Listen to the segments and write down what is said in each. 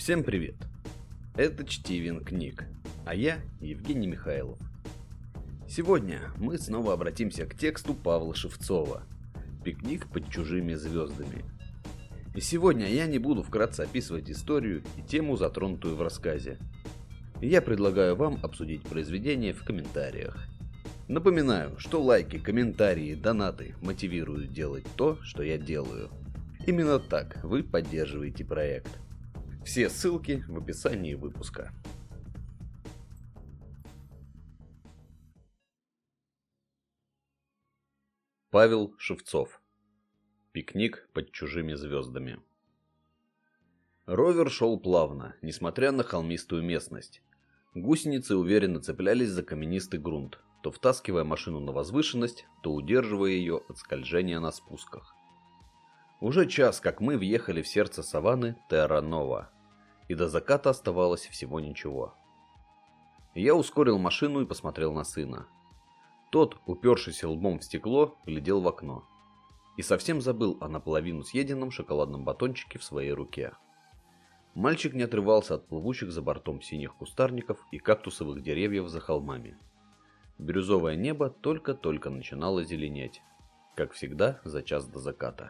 Всем привет! Это Чтивин книг, а я Евгений Михайлов. Сегодня мы снова обратимся к тексту Павла Шевцова «Пикник под чужими звездами». И сегодня я не буду вкратце описывать историю и тему, затронутую в рассказе. Я предлагаю вам обсудить произведение в комментариях. Напоминаю, что лайки, комментарии, донаты мотивируют делать то, что я делаю. Именно так вы поддерживаете проект. Все ссылки в описании выпуска. Павел Шевцов. Пикник под чужими звездами. Ровер шел плавно, несмотря на холмистую местность. Гусеницы уверенно цеплялись за каменистый грунт, то втаскивая машину на возвышенность, то удерживая ее от скольжения на спусках. Уже час, как мы въехали в сердце саванны Терра-Нова, и до заката оставалось всего ничего. Я ускорил машину и посмотрел на сына. Тот, упершийся лбом в стекло, глядел в окно и совсем забыл о наполовину съеденном шоколадном батончике в своей руке. Мальчик не отрывался от плывущих за бортом синих кустарников и кактусовых деревьев за холмами. Бирюзовое небо только-только начинало зеленеть, как всегда за час до заката.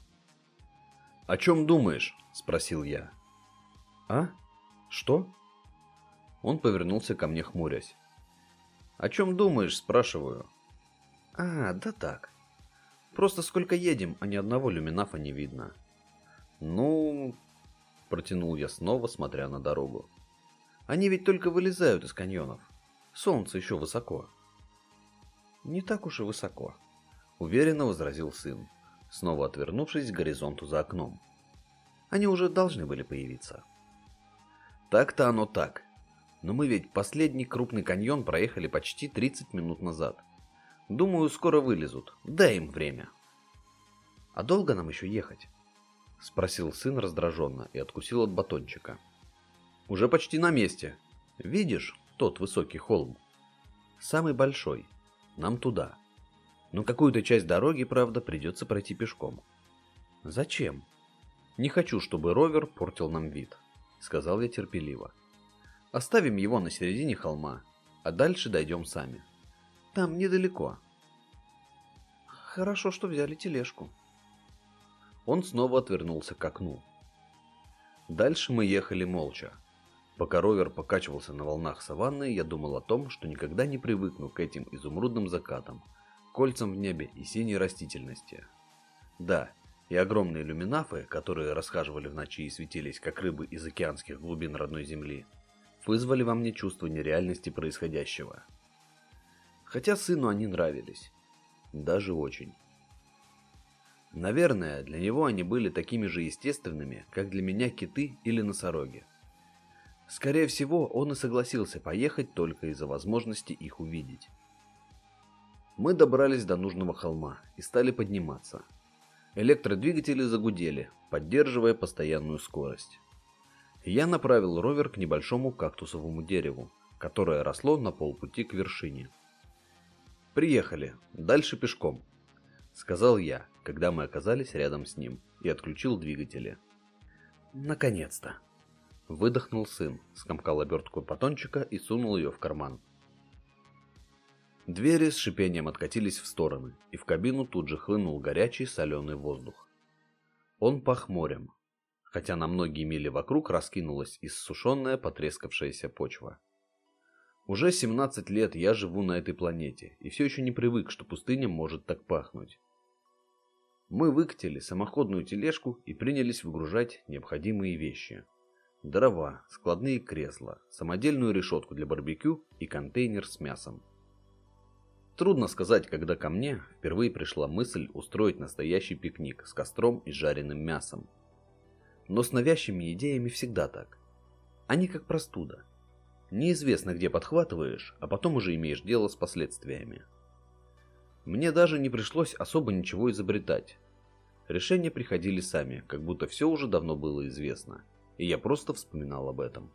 «О чем думаешь?» – спросил я. «А? Что?» Он повернулся ко мне, хмурясь. «О чем думаешь?» – спрашиваю. «А, да так. Просто сколько едем, а ни одного люминафа не видно». «Ну...» – протянул я снова, смотря на дорогу. «Они ведь только вылезают из каньонов. Солнце еще высоко». «Не так уж и высоко», – уверенно возразил сын, снова отвернувшись к горизонту за окном. «Они уже должны были появиться». «Так-то оно так. Но мы ведь последний крупный каньон проехали почти 30 минут назад. Думаю, скоро вылезут. Дай им время». «А долго нам еще ехать?» – спросил сын раздраженно и откусил от батончика. «Уже почти на месте. Видишь тот высокий холм? Самый большой. Нам туда. Но какую-то часть дороги, правда, придется пройти пешком». «Зачем?» «Не хочу, чтобы ровер портил нам вид», — сказал я терпеливо. «Оставим его на середине холма, а дальше дойдем сами. Там недалеко». «Хорошо, что взяли тележку». Он снова отвернулся к окну. Дальше мы ехали молча. Пока ровер покачивался на волнах саванны, я думал о том, что никогда не привыкну к этим изумрудным закатам, кольцам в небе и синей растительности. Да, и огромные люминафы, которые расхаживали в ночи и светились, как рыбы из океанских глубин родной земли, вызвали во мне чувство нереальности происходящего. Хотя сыну они нравились. Даже очень. Наверное, для него они были такими же естественными, как для меня киты или носороги. Скорее всего, он и согласился поехать только из-за возможности их увидеть. Мы добрались до нужного холма и стали подниматься. Электродвигатели загудели, поддерживая постоянную скорость. Я направил ровер к небольшому кактусовому дереву, которое росло на полпути к вершине. «Приехали, дальше пешком», — сказал я, когда мы оказались рядом с ним, и отключил двигатели. «Наконец-то!» — выдохнул сын, скомкал обертку батончика и сунул ее в карман. Двери с шипением откатились в стороны, и в кабину тут же хлынул горячий соленый воздух. Он пах морем, хотя на многие мили вокруг раскинулась иссушенная потрескавшаяся почва. Уже 17 лет я живу на этой планете, и все еще не привык, что пустыня может так пахнуть. Мы выкатили самоходную тележку и принялись выгружать необходимые вещи. Дрова, складные кресла, самодельную решетку для барбекю и контейнер с мясом. Трудно сказать, когда ко мне впервые пришла мысль устроить настоящий пикник с костром и жареным мясом. Но с навязчивыми идеями всегда так. Они как простуда. Неизвестно, где подхватываешь, а потом уже имеешь дело с последствиями. Мне даже не пришлось особо ничего изобретать. Решения приходили сами, как будто все уже давно было известно, и я просто вспоминал об этом.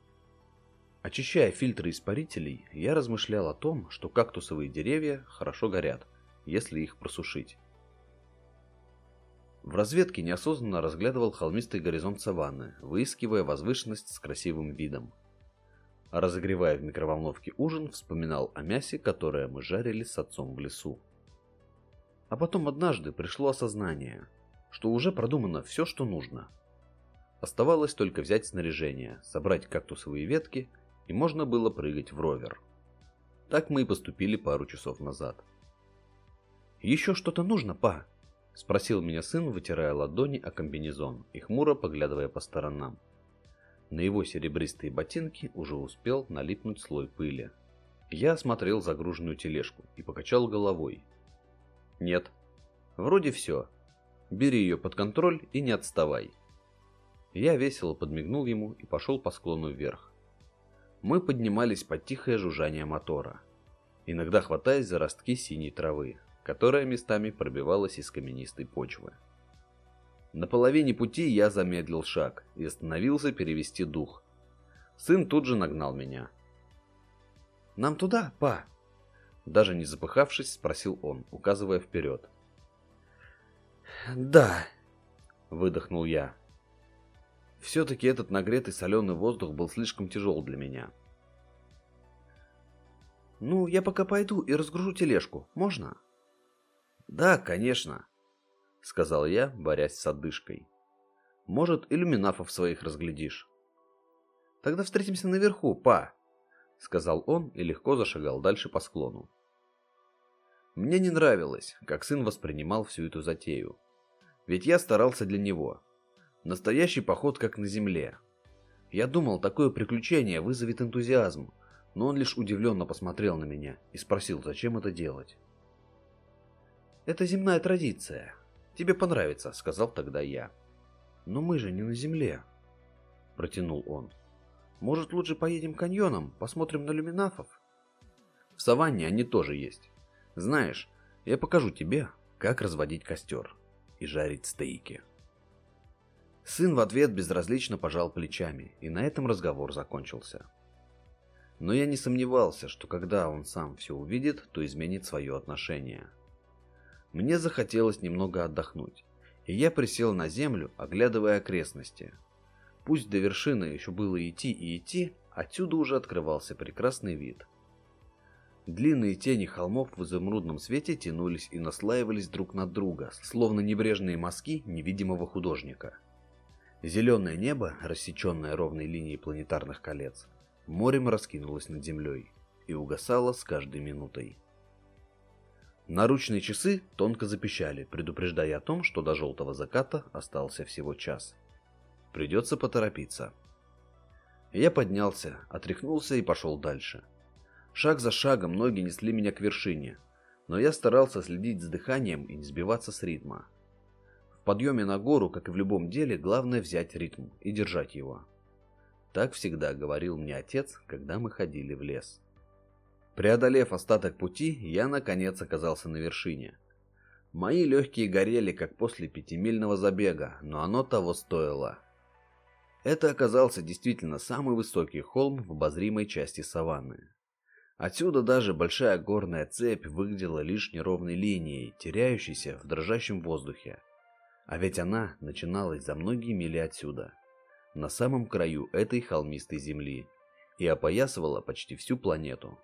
Очищая фильтры испарителей, я размышлял о том, что кактусовые деревья хорошо горят, если их просушить. В разведке неосознанно разглядывал холмистый горизонт саванны, выискивая возвышенность с красивым видом. А разогревая в микроволновке ужин, вспоминал о мясе, которое мы жарили с отцом в лесу. А потом однажды пришло осознание, что уже продумано все, что нужно. Оставалось только взять снаряжение, собрать кактусовые ветки, и можно было прыгать в ровер. Так мы и поступили пару часов назад. «Еще что-то нужно, па?» — спросил меня сын, вытирая ладони о комбинезон и хмуро поглядывая по сторонам. На его серебристые ботинки уже успел налипнуть слой пыли. Я осмотрел загруженную тележку и покачал головой. «Нет. Вроде все. Бери ее под контроль и не отставай». Я весело подмигнул ему и пошел по склону вверх. Мы поднимались под тихое жужжание мотора, иногда хватаясь за ростки синей травы, которая местами пробивалась из каменистой почвы. На половине пути я замедлил шаг и остановился перевести дух. Сын тут же нагнал меня. «Нам туда, па?» Даже не запыхавшись, спросил он, указывая вперед. «Да», — выдохнул я. Все-таки этот нагретый соленый воздух был слишком тяжел для меня. «Ну, я пока пойду и разгружу тележку. Можно?» «Да, конечно», — сказал я, борясь с одышкой. «Может, иллюминафов своих разглядишь». «Тогда встретимся наверху, па», — сказал он и легко зашагал дальше по склону. Мне не нравилось, как сын воспринимал всю эту затею. Ведь я старался для него. Настоящий поход как на земле. Я думал, такое приключение вызовет энтузиазм, но он лишь удивленно посмотрел на меня и спросил, зачем это делать. «Это земная традиция. Тебе понравится», — сказал тогда я. «Но мы же не на земле», — протянул он. «Может, лучше поедем каньоном, посмотрим на люминафов?» «В саванне они тоже есть. Знаешь, я покажу тебе, как разводить костер и жарить стейки». Сын в ответ безразлично пожал плечами, и на этом разговор закончился. Но я не сомневался, что когда он сам все увидит, то изменит свое отношение. Мне захотелось немного отдохнуть, и я присел на землю, оглядывая окрестности. Пусть до вершины еще было идти и идти, отсюда уже открывался прекрасный вид. Длинные тени холмов в изумрудном свете тянулись и наслаивались друг на друга, словно небрежные мазки невидимого художника. Зеленое небо, рассеченное ровной линией планетарных колец, морем раскинулось над землей и угасало с каждой минутой. Наручные часы тонко запищали, предупреждая о том, что до желтого заката остался всего час. Придется поторопиться. Я поднялся, отряхнулся и пошел дальше. Шаг за шагом ноги несли меня к вершине, но я старался следить с дыханием и не сбиваться с ритма. В подъеме на гору, как и в любом деле, главное взять ритм и держать его. Так всегда говорил мне отец, когда мы ходили в лес. Преодолев остаток пути, я наконец оказался на вершине. Мои легкие горели, как после 5-мильного забега, но оно того стоило. Это оказался действительно самый высокий холм в обозримой части саванны. Отсюда даже большая горная цепь выглядела лишь неровной линией, теряющейся в дрожащем воздухе. А ведь она начиналась за многие мили отсюда, на самом краю этой холмистой земли, и опоясывала почти всю планету.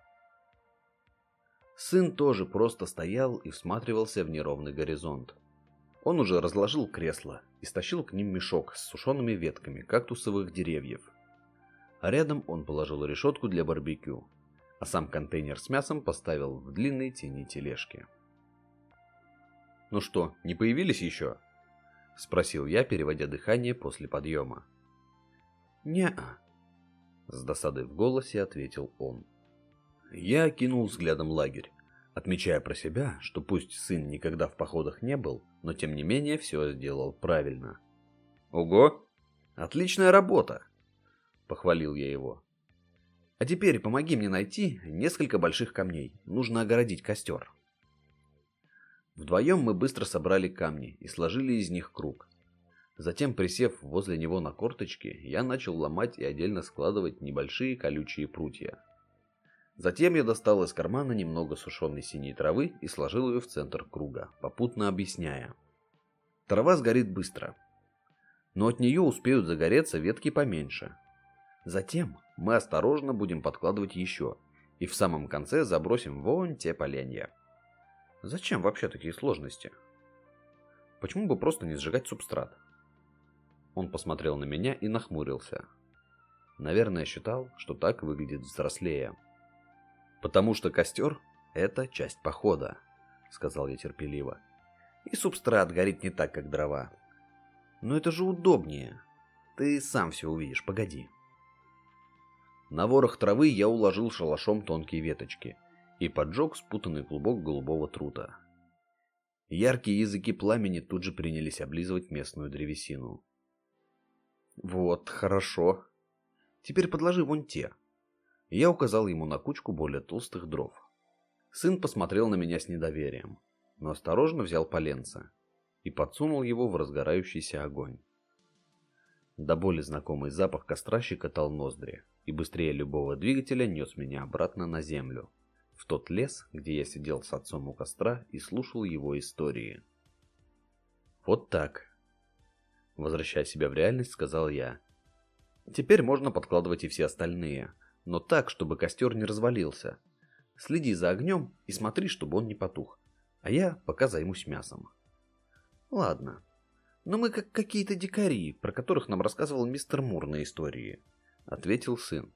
Сын тоже просто стоял и всматривался в неровный горизонт. Он уже разложил кресло и стащил к ним мешок с сушеными ветками кактусовых деревьев. А рядом он положил решетку для барбекю, а сам контейнер с мясом поставил в длинной тени тележки. «Ну что, не появились еще?» — спросил я, переводя дыхание после подъема. «Не-а», — с досадой в голосе ответил он. Я окинул взглядом лагерь, отмечая про себя, что пусть сын никогда в походах не был, но тем не менее все сделал правильно. «Ого! Отличная работа!» — похвалил я его. «А теперь помоги мне найти несколько больших камней. Нужно огородить костер». Вдвоем мы быстро собрали камни и сложили из них круг. Затем, присев возле него на корточки, я начал ломать и отдельно складывать небольшие колючие прутья. Затем я достал из кармана немного сушеной синей травы и сложил ее в центр круга, попутно объясняя. Трава сгорит быстро, но от нее успеют загореться ветки поменьше. Затем мы осторожно будем подкладывать еще, и в самом конце забросим вон те поленья. Зачем вообще такие сложности? Почему бы просто не сжигать субстрат? Он посмотрел на меня и нахмурился. Наверное, считал, что так выглядит взрослее. «Потому что костер – это часть похода», – сказал я терпеливо. «И субстрат горит не так, как дрова. Но это же удобнее. Ты сам все увидишь, погоди». На ворох травы я уложил шалашом тонкие веточки и поджег спутанный клубок голубого трута. Яркие языки пламени тут же принялись облизывать местную древесину. «Вот, хорошо. Теперь подложи вон те». Я указал ему на кучку более толстых дров. Сын посмотрел на меня с недоверием, но осторожно взял поленце и подсунул его в разгорающийся огонь. До боли знакомый запах костра щекотал ноздри и быстрее любого двигателя нес меня обратно на землю, в тот лес, где я сидел с отцом у костра и слушал его истории. «Вот так», — возвращая себя в реальность, сказал я. «Теперь можно подкладывать и все остальные, но так, чтобы костер не развалился. Следи за огнем и смотри, чтобы он не потух, а я пока займусь мясом». «Ладно, но мы как какие-то дикари, про которых нам рассказывал мистер Мур на истории», — ответил сын.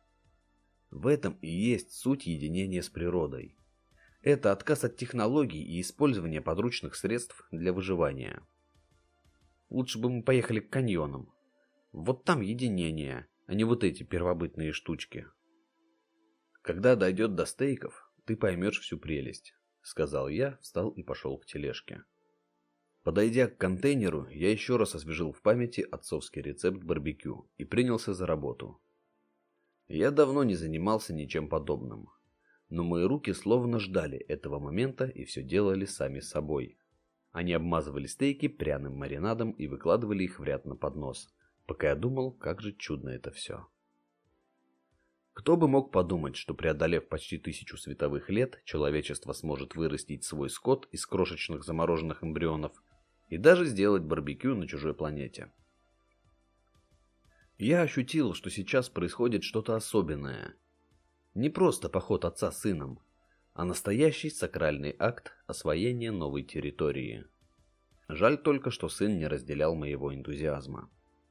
В этом и есть суть единения с природой. Это отказ от технологий и использование подручных средств для выживания. Лучше бы мы поехали к каньонам. Вот там единение, а не вот эти первобытные штучки. Когда дойдет до стейков, ты поймешь всю прелесть, сказал я, встал и пошел к тележке. Подойдя к контейнеру, я еще раз освежил в памяти отцовский рецепт барбекю и принялся за работу. Я давно не занимался ничем подобным, но мои руки словно ждали этого момента и все делали сами собой. Они обмазывали стейки пряным маринадом и выкладывали их в ряд на поднос, пока я думал, как же чудно это все. Кто бы мог подумать, что преодолев почти 1000 световых лет, человечество сможет вырастить свой скот из крошечных замороженных эмбрионов и даже сделать барбекю на чужой планете. Я ощутил, что сейчас происходит что-то особенное. Не просто поход отца с сыном, а настоящий сакральный акт освоения новой территории. Жаль только, что сын не разделял моего энтузиазма.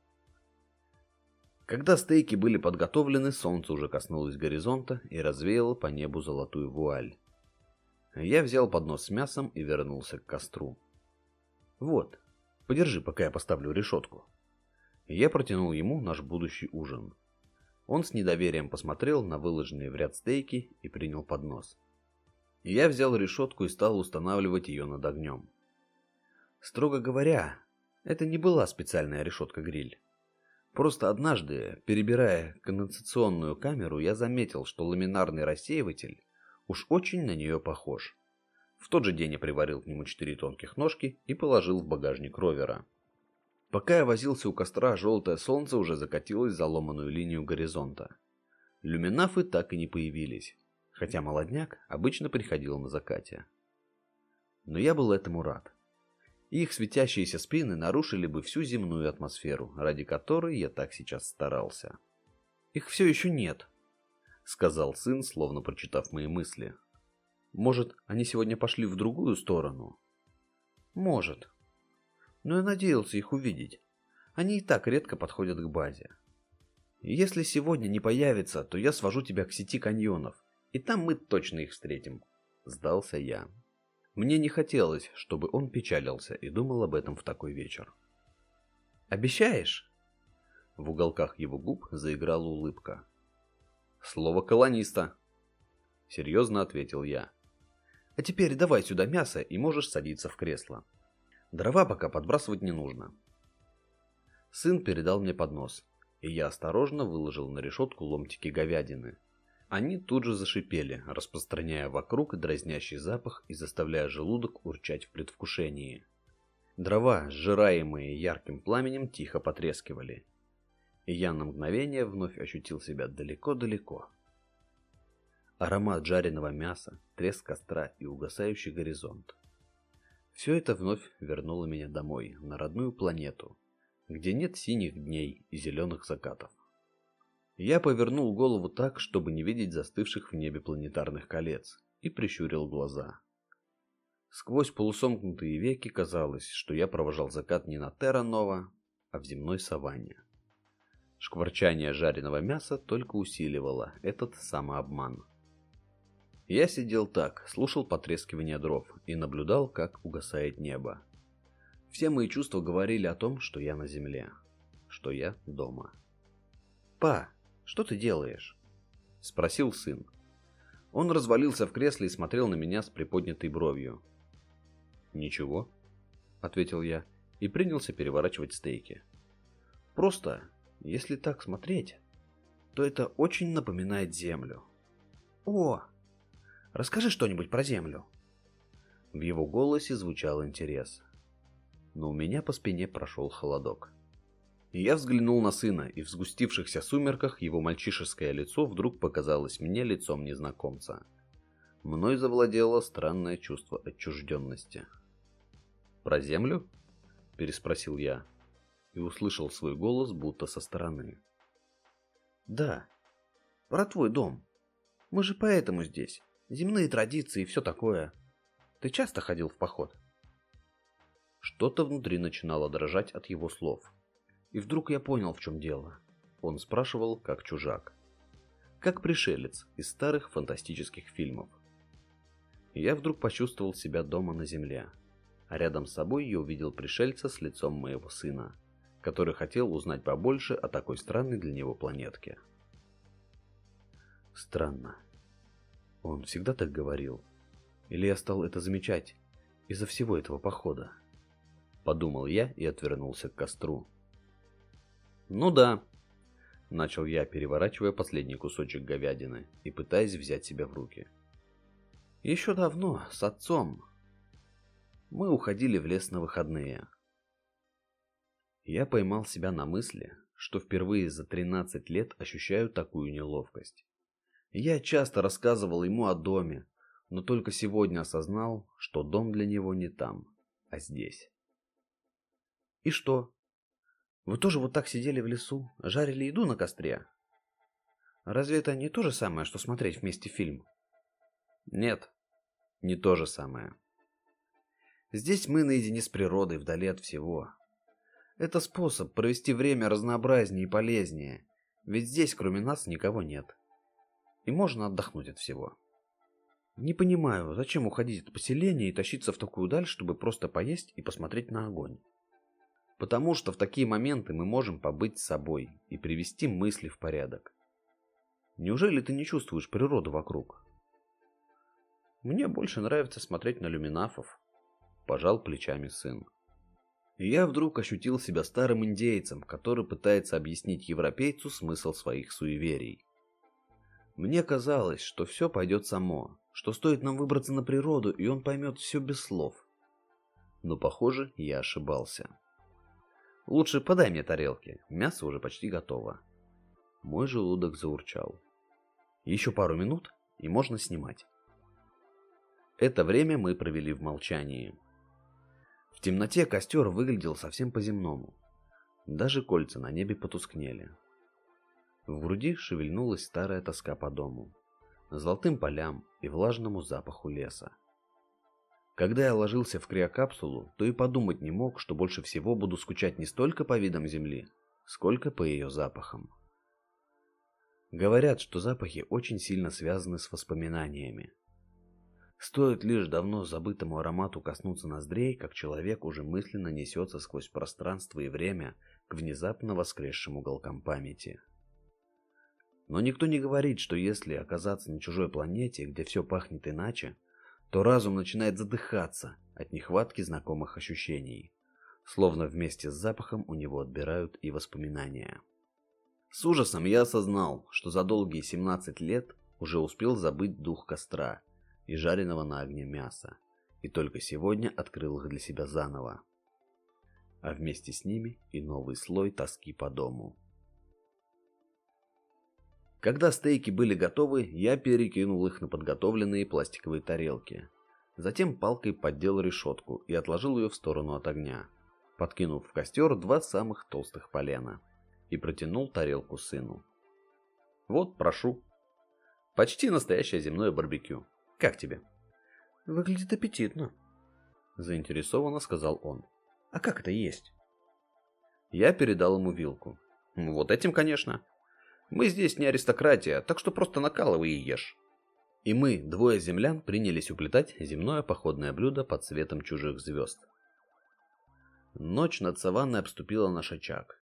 Когда стейки были подготовлены, солнце уже коснулось горизонта и развеяло по небу золотую вуаль. Я взял поднос с мясом и вернулся к костру. «Вот, подержи, пока я поставлю решетку». Я протянул ему наш будущий ужин. Он с недоверием посмотрел на выложенные в ряд стейки и принял поднос. Я взял решетку и стал устанавливать ее над огнем. Строго говоря, это не была специальная решетка-гриль. Просто однажды, перебирая конденсационную камеру, я заметил, что ламинарный рассеиватель уж очень на нее похож. В тот же день я приварил к нему 4 тонких ножки и положил в багажник ровера. Пока я возился у костра, желтое солнце уже закатилось за ломаную линию горизонта. Люминафы так и не появились, хотя молодняк обычно приходил на закате. Но я был этому рад. Их светящиеся спины нарушили бы всю земную атмосферу, ради которой я так сейчас старался. «Их все еще нет», — сказал сын, словно прочитав мои мысли. «Может, они сегодня пошли в другую сторону?» «Может. Но я надеялся их увидеть. Они и так редко подходят к базе. Если сегодня не появится, то я свожу тебя к сети каньонов, и там мы точно их встретим», — сдался я. Мне не хотелось, чтобы он печалился и думал об этом в такой вечер. «Обещаешь?» В уголках его губ заиграла улыбка. «Слово колониста», — серьезно ответил я. «А теперь давай сюда мясо и можешь садиться в кресло. Дрова пока подбрасывать не нужно». Сын передал мне поднос, и я осторожно выложил на решетку ломтики говядины. Они тут же зашипели, распространяя вокруг дразнящий запах и заставляя желудок урчать в предвкушении. Дрова, сжираемые ярким пламенем, тихо потрескивали. И я на мгновение вновь ощутил себя далеко-далеко. Аромат жареного мяса, треск костра и угасающий горизонт. Все это вновь вернуло меня домой, на родную планету, где нет синих дней и зеленых закатов. Я повернул голову так, чтобы не видеть застывших в небе планетарных колец, и прищурил глаза. Сквозь полусомкнутые веки казалось, что я провожал закат не на Терра-Нова, а в земной саванне. Шкварчание жареного мяса только усиливало этот самообман. Я сидел так, слушал потрескивание дров и наблюдал, как угасает небо. Все мои чувства говорили о том, что я на земле, что я дома. «Па, что ты делаешь?» — спросил сын. Он развалился в кресле и смотрел на меня с приподнятой бровью. «Ничего», — ответил я и принялся переворачивать стейки. «Просто, если так смотреть, то это очень напоминает Землю». «О, расскажи что-нибудь про Землю». В его голосе звучал интерес. Но у меня по спине прошел холодок. Я взглянул на сына, и в сгустившихся сумерках его мальчишеское лицо вдруг показалось мне лицом незнакомца. Мной завладело странное чувство отчужденности. «Про Землю?» – переспросил я, и услышал свой голос будто со стороны. «Да, про твой дом. Мы же поэтому здесь. Земные традиции и все такое. Ты часто ходил в поход?» Что-то внутри начинало дрожать от его слов. И вдруг я понял, в чем дело. Он спрашивал, как чужак. Как пришелец из старых фантастических фильмов. Я вдруг почувствовал себя дома на земле. А рядом с собой я увидел пришельца с лицом моего сына, который хотел узнать побольше о такой странной для него планетке. Странно. Он всегда так говорил? Или я стал это замечать из-за всего этого похода? Подумал я и отвернулся к костру. «Ну да», — начал я, переворачивая последний кусочек говядины и пытаясь взять себя в руки. «Еще давно, с отцом, мы уходили в лес на выходные. Я поймал себя на мысли, что впервые за 13 лет ощущаю такую неловкость. Я часто рассказывал ему о доме, но только сегодня осознал, что дом для него не там, а здесь. И что? Вы тоже вот так сидели в лесу, жарили еду на костре? Разве это не то же самое, что смотреть вместе фильм? Нет, не то же самое. Здесь мы наедине с природой, вдали от всего. Это способ провести время разнообразнее и полезнее, ведь здесь кроме нас никого нет. И можно отдохнуть от всего. Не понимаю, зачем уходить от поселения и тащиться в такую даль, чтобы просто поесть и посмотреть на огонь. Потому что в такие моменты мы можем побыть с собой и привести мысли в порядок. Неужели ты не чувствуешь природу вокруг? Мне больше нравится смотреть на люминафов, пожал плечами сын. И я вдруг ощутил себя старым индейцем, который пытается объяснить европейцу смысл своих суеверий. Мне казалось, что все пойдет само, что стоит нам выбраться на природу, и он поймет все без слов. Но, похоже, я ошибался. Лучше подай мне тарелки, мясо уже почти готово. Мой желудок заурчал. Еще пару минут, и можно снимать. Это время мы провели в молчании. В темноте костер выглядел совсем по-земному. Даже кольца на небе потускнели. В груди шевельнулась старая тоска по дому, золотым полям и влажному запаху леса. Когда я ложился в криокапсулу, то и подумать не мог, что больше всего буду скучать не столько по видам земли, сколько по ее запахам. Говорят, что запахи очень сильно связаны с воспоминаниями. Стоит лишь давно забытому аромату коснуться ноздрей, как человек уже мысленно несется сквозь пространство и время к внезапно воскресшим уголкам памяти. Но никто не говорит, что если оказаться на чужой планете, где все пахнет иначе, то разум начинает задыхаться от нехватки знакомых ощущений, словно вместе с запахом у него отбирают и воспоминания. С ужасом я осознал, что за долгие 17 лет уже успел забыть дух костра и жареного на огне мяса, и только сегодня открыл их для себя заново. А вместе с ними и новый слой тоски по дому. Когда стейки были готовы, я перекинул их на подготовленные пластиковые тарелки, Затем палкой поддел решетку и отложил ее в сторону от огня, подкинув в костер 2 самых толстых полена, и протянул тарелку сыну. «Вот, прошу. Почти настоящее земное барбекю. Как тебе?» «Выглядит аппетитно», — заинтересованно сказал он. «А как это есть?» Я передал ему вилку. «Вот этим, конечно. Мы здесь не аристократия, так что просто накалывай и ешь». И мы, 2 землян, принялись уплетать земное походное блюдо под светом чужих звезд. Ночь над саванной обступила наш очаг.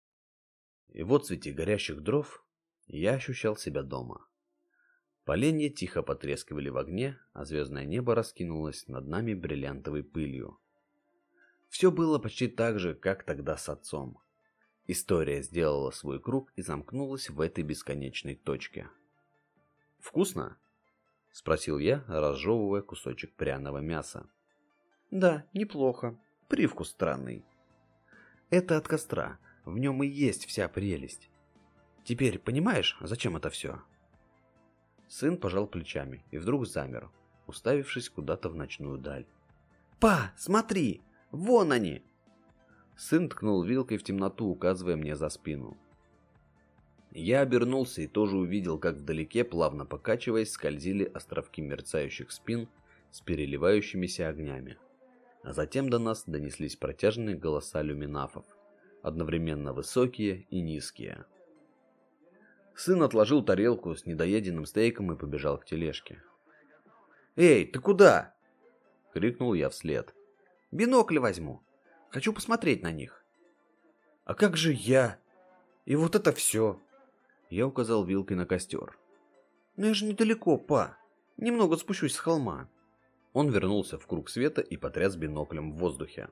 И в отсвете горящих дров я ощущал себя дома. Поленья тихо потрескивали в огне, а звездное небо раскинулось над нами бриллиантовой пылью. Все было почти так же, как тогда с отцом. История сделала свой круг и замкнулась в этой бесконечной точке. «Вкусно?» — спросил я, разжевывая кусочек пряного мяса. «Да, неплохо. Привкус странный». «Это от костра. В нем и есть вся прелесть. Теперь понимаешь, зачем это все?» Сын пожал плечами и вдруг замер, уставившись куда-то в ночную даль. «Па, смотри! Вон они!» Сын ткнул вилкой в темноту, указывая мне за спину. Я обернулся и тоже увидел, как вдалеке, плавно покачиваясь, скользили островки мерцающих спин с переливающимися огнями. А затем до нас донеслись протяжные голоса люминафов, одновременно высокие и низкие. Сын отложил тарелку с недоеденным стейком и побежал к тележке. «Эй, ты куда?» — крикнул я вслед. «Бинокль возьму. Хочу посмотреть на них». «А как же я? И вот это все?» Я указал вилкой на костер. «Ну я же недалеко, па. Немного спущусь с холма». Он вернулся в круг света и потряс биноклем в воздухе.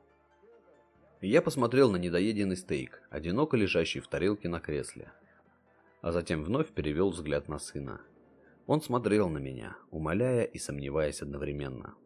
Я посмотрел на недоеденный стейк, одиноко лежащий в тарелке на кресле. А затем вновь перевел взгляд на сына. Он смотрел на меня, умоляя и сомневаясь одновременно.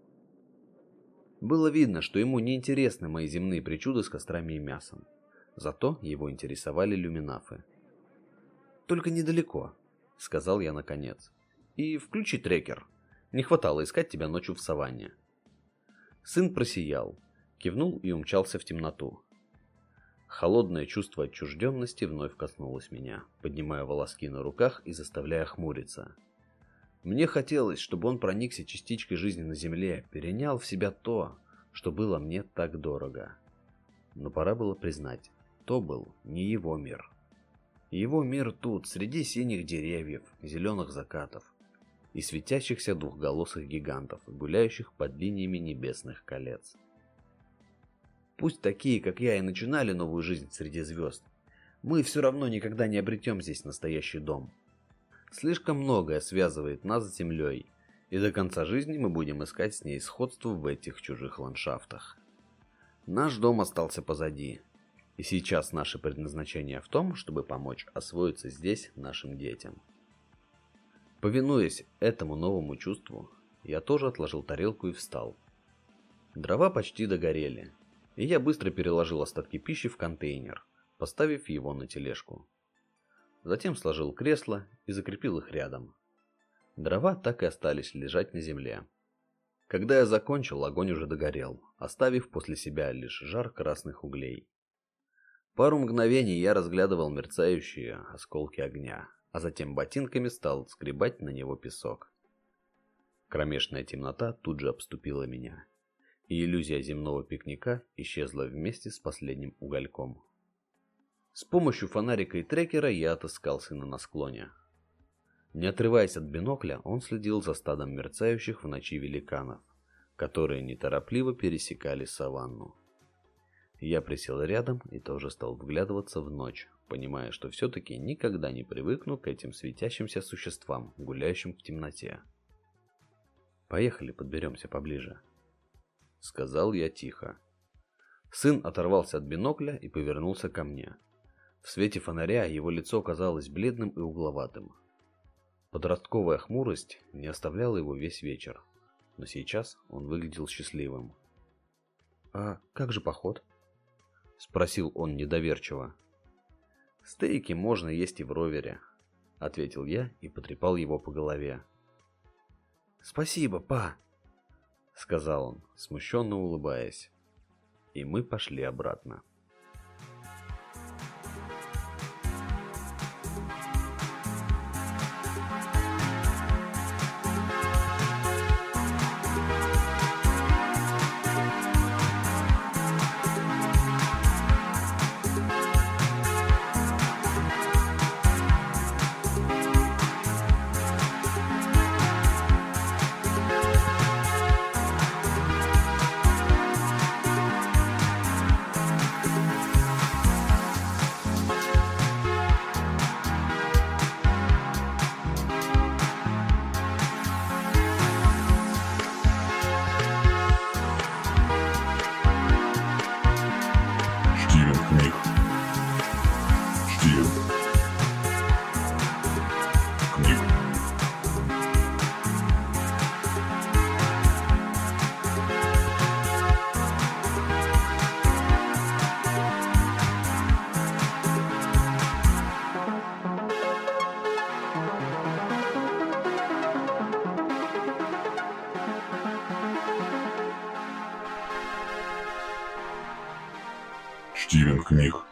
Было видно, что ему не интересны мои земные причуды с кострами и мясом. Зато его интересовали люминафы. «Только недалеко», — сказал я наконец. «И включи трекер. Не хватало искать тебя ночью в саванне». Сын просиял, кивнул и умчался в темноту. Холодное чувство отчужденности вновь коснулось меня, поднимая волоски на руках и заставляя хмуриться. Мне хотелось, чтобы он проникся частичкой жизни на земле, перенял в себя то, что было мне так дорого. Но пора было признать, то был не его мир. Его мир тут, среди синих деревьев, зеленых закатов и светящихся двухголосых гигантов, гуляющих под линиями небесных колец. Пусть такие, как я, и начинали новую жизнь среди звезд, мы все равно никогда не обретем здесь настоящий дом. Слишком многое связывает нас с землей, и до конца жизни мы будем искать с ней сходство в этих чужих ландшафтах. Наш дом остался позади, и сейчас наше предназначение в том, чтобы помочь освоиться здесь нашим детям. Повинуясь этому новому чувству, я тоже отложил тарелку и встал. Дрова почти догорели, и я быстро переложил остатки пищи в контейнер, поставив его на тележку. Затем сложил кресла и закрепил их рядом. Дрова так и остались лежать на земле. Когда я закончил, огонь уже догорел, оставив после себя лишь жар красных углей. Пару мгновений я разглядывал мерцающие осколки огня, а затем ботинками стал скребать на него песок. Кромешная темнота тут же обступила меня, и иллюзия земного пикника исчезла вместе с последним угольком. С помощью фонарика и трекера я отыскал сына на склоне. Не отрываясь от бинокля, он следил за стадом мерцающих в ночи великанов, которые неторопливо пересекали саванну. Я присел рядом и тоже стал вглядываться в ночь, понимая, что все-таки никогда не привыкну к этим светящимся существам, гуляющим в темноте. «Поехали, подберемся поближе», — сказал я тихо. Сын оторвался от бинокля и повернулся ко мне. В свете фонаря его лицо казалось бледным и угловатым. Подростковая хмурость не оставляла его весь вечер, но сейчас он выглядел счастливым. «А как же поход?» — спросил он недоверчиво. «Стейки можно есть и в ровере», — ответил я и потрепал его по голове. «Спасибо, па!» сказал он, смущенно улыбаясь. И мы пошли обратно. Стивен книг.